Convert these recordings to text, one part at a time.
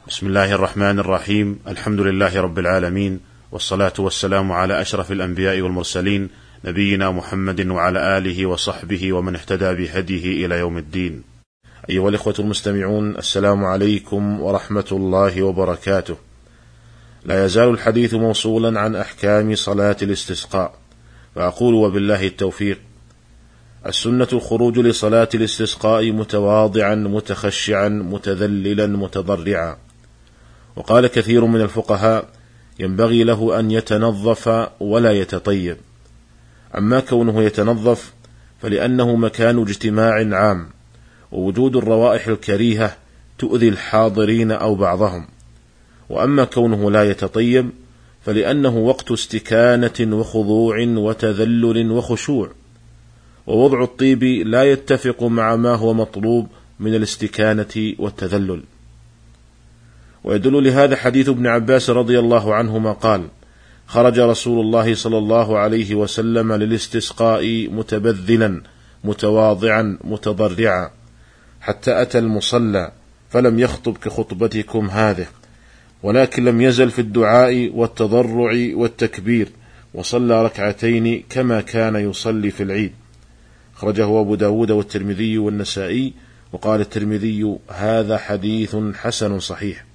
بسم الله الرحمن الرحيم. الحمد لله رب العالمين، والصلاة والسلام على أشرف الأنبياء والمرسلين، نبينا محمد وعلى آله وصحبه ومن اهتدى بهديه إلى يوم الدين. أيها الإخوة المستمعون، السلام عليكم ورحمة الله وبركاته. لا يزال الحديث موصولا عن أحكام صلاة الاستسقاء، فأقول وبالله التوفيق: السنة الخروج لصلاة الاستسقاء متواضعا متخشعا متذللا متضرعا. وقال كثير من الفقهاء: ينبغي له أن يتنظف ولا يتطيب. أما كونه يتنظف فلأنه مكان اجتماع عام، ووجود الروائح الكريهة تؤذي الحاضرين أو بعضهم. وأما كونه لا يتطيب فلأنه وقت استكانة وخضوع وتذلل وخشوع، ووضع الطيب لا يتفق مع ما هو مطلوب من الاستكانة والتذلل. ويدل لهذا حديث ابن عباس رضي الله عنهما قال: خرج رسول الله صلى الله عليه وسلم للاستسقاء متبذلا متواضعا متضرعا، حتى أتى المصلى فلم يخطب كخطبتكم هذه، ولكن لم يزل في الدعاء والتضرع والتكبير، وصلى ركعتين كما كان يصلي في العيد. خرجه أبو داود والترمذي والنسائي. وقال الترمذي: هذا حديث حسن صحيح.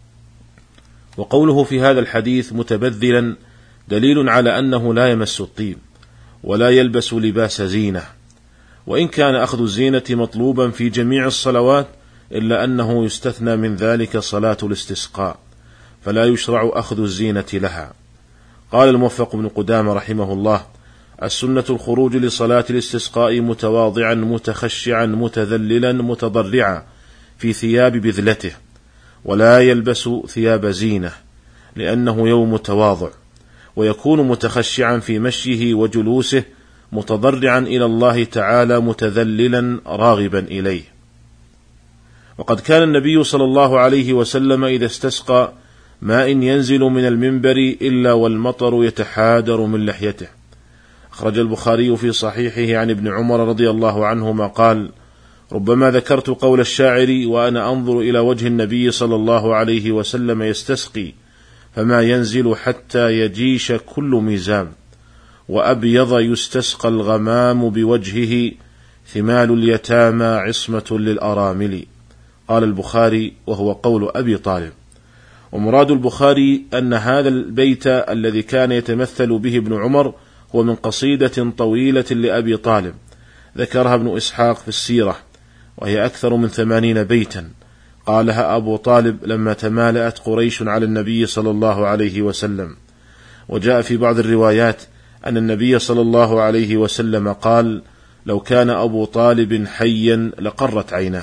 وقوله في هذا الحديث متبذلا دليل على أنه لا يمس الطيب ولا يلبس لباس زينة، وإن كان أخذ الزينة مطلوبا في جميع الصلوات، إلا أنه يستثنى من ذلك صلاة الاستسقاء، فلا يشرع أخذ الزينة لها. قال الموفق بن قدامة رحمه الله: السنة الخروج لصلاة الاستسقاء متواضعا متخشعا متذللا متضرعا في ثياب بذلته، ولا يلبس ثياب زينة، لأنه يوم تواضع، ويكون متخشعا في مشيه وجلوسه، متضرعا إلى الله تعالى متذللا راغبا إليه. وقد كان النبي صلى الله عليه وسلم إذا استسقى ما إن ينزل من المنبر إلا والمطر يتحادر من لحيته. أخرج البخاري في صحيحه عن ابن عمر رضي الله عنهما قال: ربما ذكرت قول الشاعر وأنا أنظر إلى وجه النبي صلى الله عليه وسلم يستسقي، فما ينزل حتى يجيش كل ميزام، وأبيض يستسقى الغمام بوجهه، ثمال اليتامى عصمة للأرامل. قال البخاري: وهو قول أبي طالب. ومراد البخاري أن هذا البيت الذي كان يتمثل به ابن عمر هو من قصيدة طويلة لأبي طالب ذكرها ابن إسحاق في السيرة، وهي أكثر من 80 بيتا، قالها أبو طالب لما تمالأت قريش على النبي صلى الله عليه وسلم. وجاء في بعض الروايات أن النبي صلى الله عليه وسلم قال: لو كان أبو طالب حيا لقرت عيناه.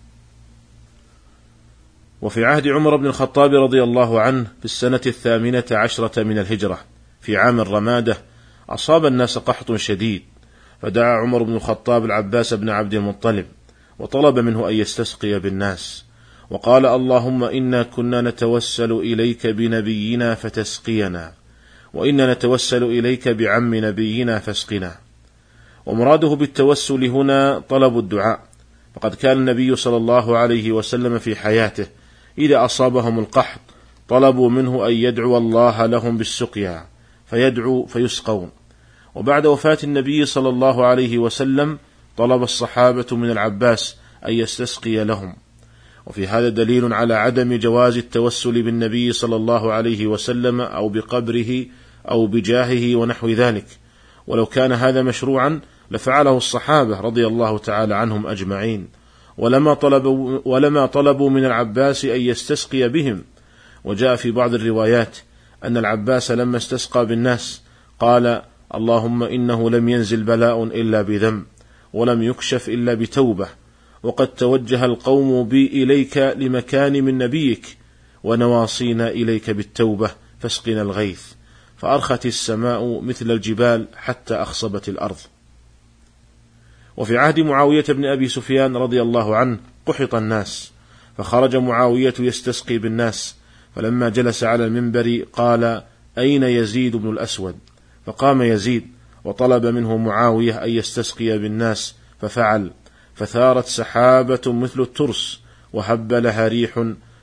وفي عهد عمر بن الخطاب رضي الله عنه في السنة 18 من الهجرة، في عام الرمادة، أصاب الناس قحط شديد، فدعا عمر بن الخطاب العباس بن عبد المطلب وطلب منه أن يستسقي بالناس، وقال: اللهم إنا كنا نتوسل إليك بنبينا فتسقينا، وإنا نتوسل إليك بعم نبينا فاسقنا. ومراده بالتوسل هنا طلب الدعاء، فقد كان النبي صلى الله عليه وسلم في حياته إذا أصابهم القحط طلبوا منه أن يدعو الله لهم بالسقيا، فيدعو فيسقون. وبعد وفاة النبي صلى الله عليه وسلم طلب الصحابة من العباس أن يستسقي لهم. وفي هذا دليل على عدم جواز التوسل بالنبي صلى الله عليه وسلم أو بقبره أو بجاهه ونحو ذلك، ولو كان هذا مشروعا لفعله الصحابة رضي الله تعالى عنهم أجمعين، ولما طلبوا من العباس أن يستسقي بهم. وجاء في بعض الروايات أن العباس لما استسقى بالناس قال: اللهم إنه لم ينزل بلاء إلا بذنب، ولم يكشف إلا بتوبة، وقد توجه القوم بي إليك لمكان من نبيك، ونواصينا إليك بالتوبة، فاسقنا الغيث، فأرخت السماء مثل الجبال حتى أخصبت الأرض. وفي عهد معاوية بن أبي سفيان رضي الله عنه قحط الناس، فخرج معاوية يستسقي بالناس، فلما جلس على المنبر قال: أين يزيد بن الأسود؟ فقام يزيد وطلب منه معاوية أن يستسقي بالناس، ففعل، فثارت سحابة مثل الترس وهب لها ريح،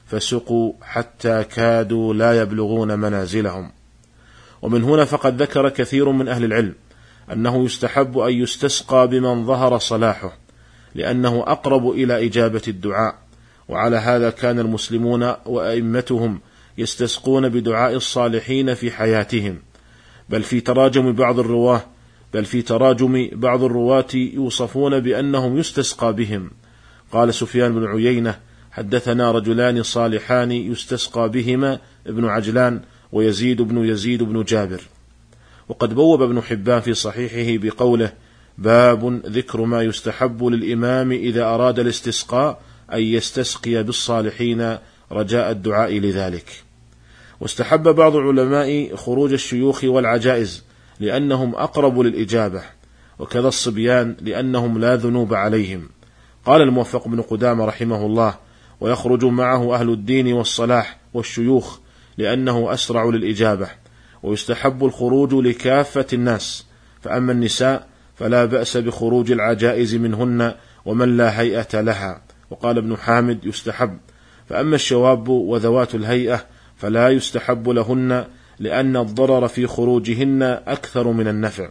فسقوا حتى كادوا لا يبلغون منازلهم. ومن هنا فقد ذكر كثير من أهل العلم أنه يستحب أن يستسقى بمن ظهر صلاحه، لأنه أقرب إلى إجابة الدعاء. وعلى هذا كان المسلمون وأئمتهم يستسقون بدعاء الصالحين في حياتهم، بل في تراجم بعض الرواة يوصفون بأنهم يستسقى بهم. قال سفيان بن عيينة: حدثنا رجلان صالحان يستسقى بهما ابن عجلان ويزيد بن جابر. وقد بوب ابن حبان في صحيحه بقوله: باب ذكر ما يستحب للإمام إذا أراد الاستسقاء أن يستسقي بالصالحين رجاء الدعاء لذلك. واستحب بعض العلماء خروج الشيوخ والعجائز لأنهم أقرب للإجابة، وكذا الصبيان لأنهم لا ذنوب عليهم. قال الموفق بن قدامة رحمه الله: ويخرج معه أهل الدين والصلاح والشيوخ لأنه أسرع للإجابة. ويستحب الخروج لكافة الناس، فأما النساء فلا بأس بخروج العجائز منهن ومن لا هيئة لها. وقال ابن حامد: يستحب. فأما الشواب وذوات الهيئة فلا يستحب لهن، لأن الضرر في خروجهن أكثر من النفع.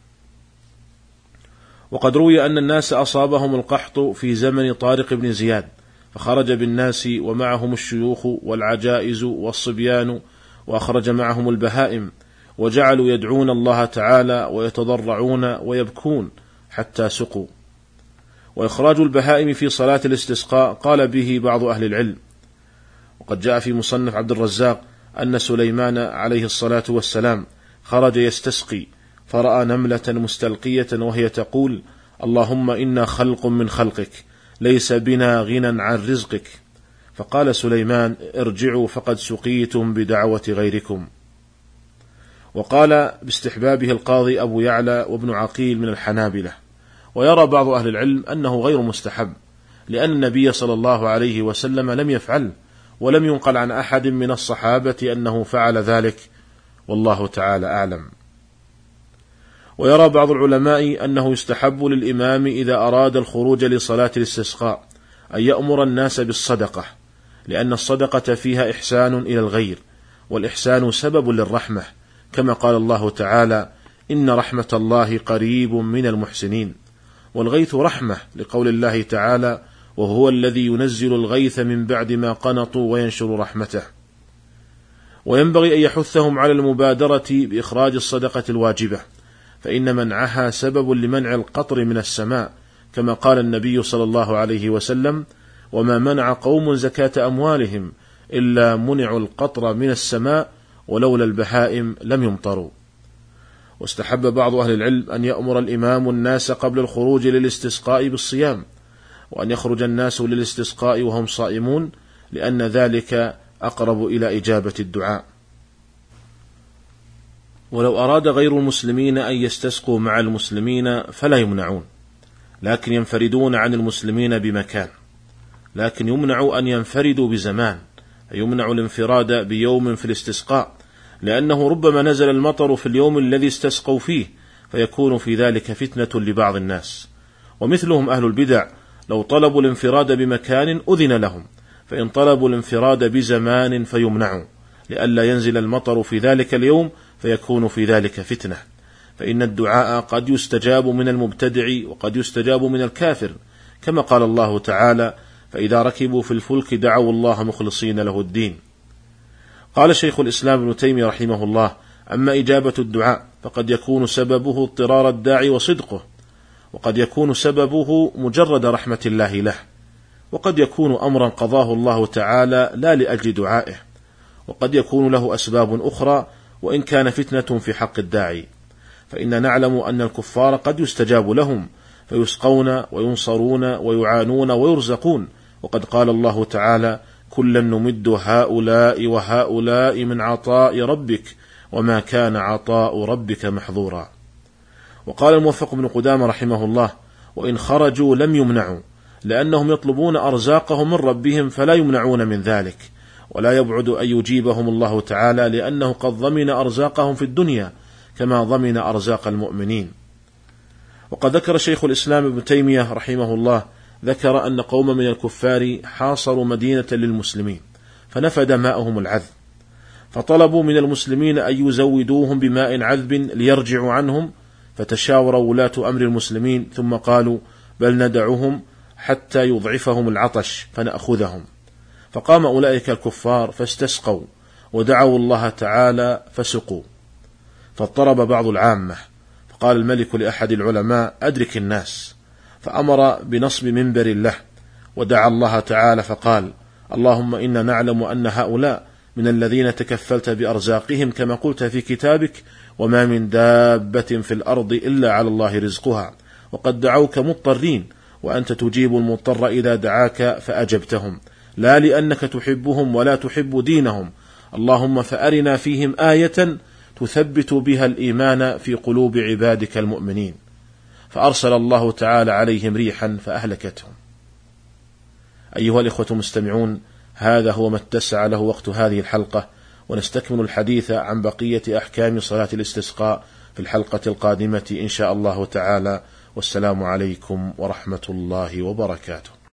وقد روي أن الناس أصابهم القحط في زمن طارق بن زياد، فخرج بالناس ومعهم الشيوخ والعجائز والصبيان، وأخرج معهم البهائم، وجعلوا يدعون الله تعالى ويتضرعون ويبكون حتى سقوا. وإخراج البهائم في صلاة الاستسقاء قال به بعض أهل العلم. وقد جاء في مصنف عبد الرزاق أن سليمان عليه الصلاة والسلام خرج يستسقي، فرأى نملة مستلقية وهي تقول: اللهم إنا خلق من خلقك، ليس بنا غنى عن رزقك. فقال سليمان: ارجعوا فقد سقيتم بدعوة غيركم. وقال باستحبابه القاضي أبو يعلى وابن عقيل من الحنابلة. ويرى بعض أهل العلم أنه غير مستحب، لأن النبي صلى الله عليه وسلم لم يفعل، ولم ينقل عن أحد من الصحابة أنه فعل ذلك، والله تعالى أعلم. ويرى بعض العلماء أنه يستحب للإمام إذا أراد الخروج لصلاة الاستسقاء أن يأمر الناس بالصدقة، لأن الصدقة فيها إحسان إلى الغير، والإحسان سبب للرحمة، كما قال الله تعالى: إن رحمة الله قريب من المحسنين. والغيث رحمة، لقول الله تعالى: وهو الذي ينزل الغيث من بعد ما قنطوا وينشر رحمته. وينبغي أن يحثهم على المبادرة بإخراج الصدقة الواجبة، فإن منعها سبب لمنع القطر من السماء، كما قال النبي صلى الله عليه وسلم: وما منع قوم زكاة أموالهم إلا منعوا القطر من السماء، ولولا البهائم لم يمطروا. واستحب بعض أهل العلم أن يأمر الإمام الناس قبل الخروج للاستسقاء بالصيام، وأن يخرج الناس للاستسقاء وهم صائمون، لأن ذلك أقرب إلى إجابة الدعاء. ولو أراد غير المسلمين أن يستسقوا مع المسلمين فلا يمنعون، لكن ينفردون عن المسلمين بمكان، لكن يمنع أن ينفردوا بزمان، يمنع الانفراد بيوم في الاستسقاء، لأنه ربما نزل المطر في اليوم الذي استسقوا فيه، فيكون في ذلك فتنة لبعض الناس. ومثلهم أهل البدع لو طلبوا الانفراد بمكان أذن لهم، فإن طلبوا الانفراد بزمان فيمنعوا، لئلا ينزل المطر في ذلك اليوم فيكون في ذلك فتنة. فإن الدعاء قد يستجاب من المبتدع وقد يستجاب من الكافر، كما قال الله تعالى: فإذا ركبوا في الفلك دعوا الله مخلصين له الدين. قال شيخ الإسلام ابن تيمية رحمه الله: أما إجابة الدعاء فقد يكون سببه اضطرار الداعي وصدقه، وقد يكون سببه مجرد رحمة الله له، وقد يكون أمرا قضاه الله تعالى لا لأجل دعائه، وقد يكون له أسباب أخرى وإن كان فتنة في حق الداعي. فإن نعلم أن الكفار قد يستجاب لهم فيسقون وينصرون ويعانون ويرزقون، وقد قال الله تعالى: كلا نمد هؤلاء وهؤلاء من عطاء ربك وما كان عطاء ربك محظورا. وقال الموفق بن قدامة رحمه الله: وإن خرجوا لم يمنعوا، لأنهم يطلبون أرزاقهم من ربهم فلا يمنعون من ذلك، ولا يبعد أن يجيبهم الله تعالى، لأنه قد ضمن أرزاقهم في الدنيا كما ضمن أرزاق المؤمنين. وقد ذكر شيخ الإسلام ابن تيمية رحمه الله ذكر أن قوم من الكفار حاصروا مدينة للمسلمين، فنفد ماؤهم العذب، فطلبوا من المسلمين أن يزودوهم بماء عذب ليرجعوا عنهم، فتشاور ولاة أمر المسلمين ثم قالوا بل ندعهم حتى يضعفهم العطش فنأخذهم. فقام أولئك الكفار فاستسقوا ودعوا الله تعالى فسقوا. فاضطرب بعض العامة، فقال الملك لأحد العلماء أدرك الناس، فأمر بنصب منبر له ودعا الله تعالى فقال اللهم إنا نعلم أن هؤلاء من الذين تكفلت بأرزاقهم كما قلت في كتابك وما من دابة في الأرض إلا على الله رزقها، وقد دعوك مضطرين وأنت تجيب المضطر إذا دعاك فأجبتهم، لا لأنك تحبهم ولا تحب دينهم، اللهم فأرنا فيهم آية تثبت بها الإيمان في قلوب عبادك المؤمنين. فأرسل الله تعالى عليهم ريحا فأهلكتهم. أيها الإخوة المستمعون، هذا هو ما اتسع له وقت هذه الحلقة، ونستكمل الحديث عن بقية أحكام صلاة الاستسقاء في الحلقة القادمة إن شاء الله تعالى، والسلام عليكم ورحمة الله وبركاته.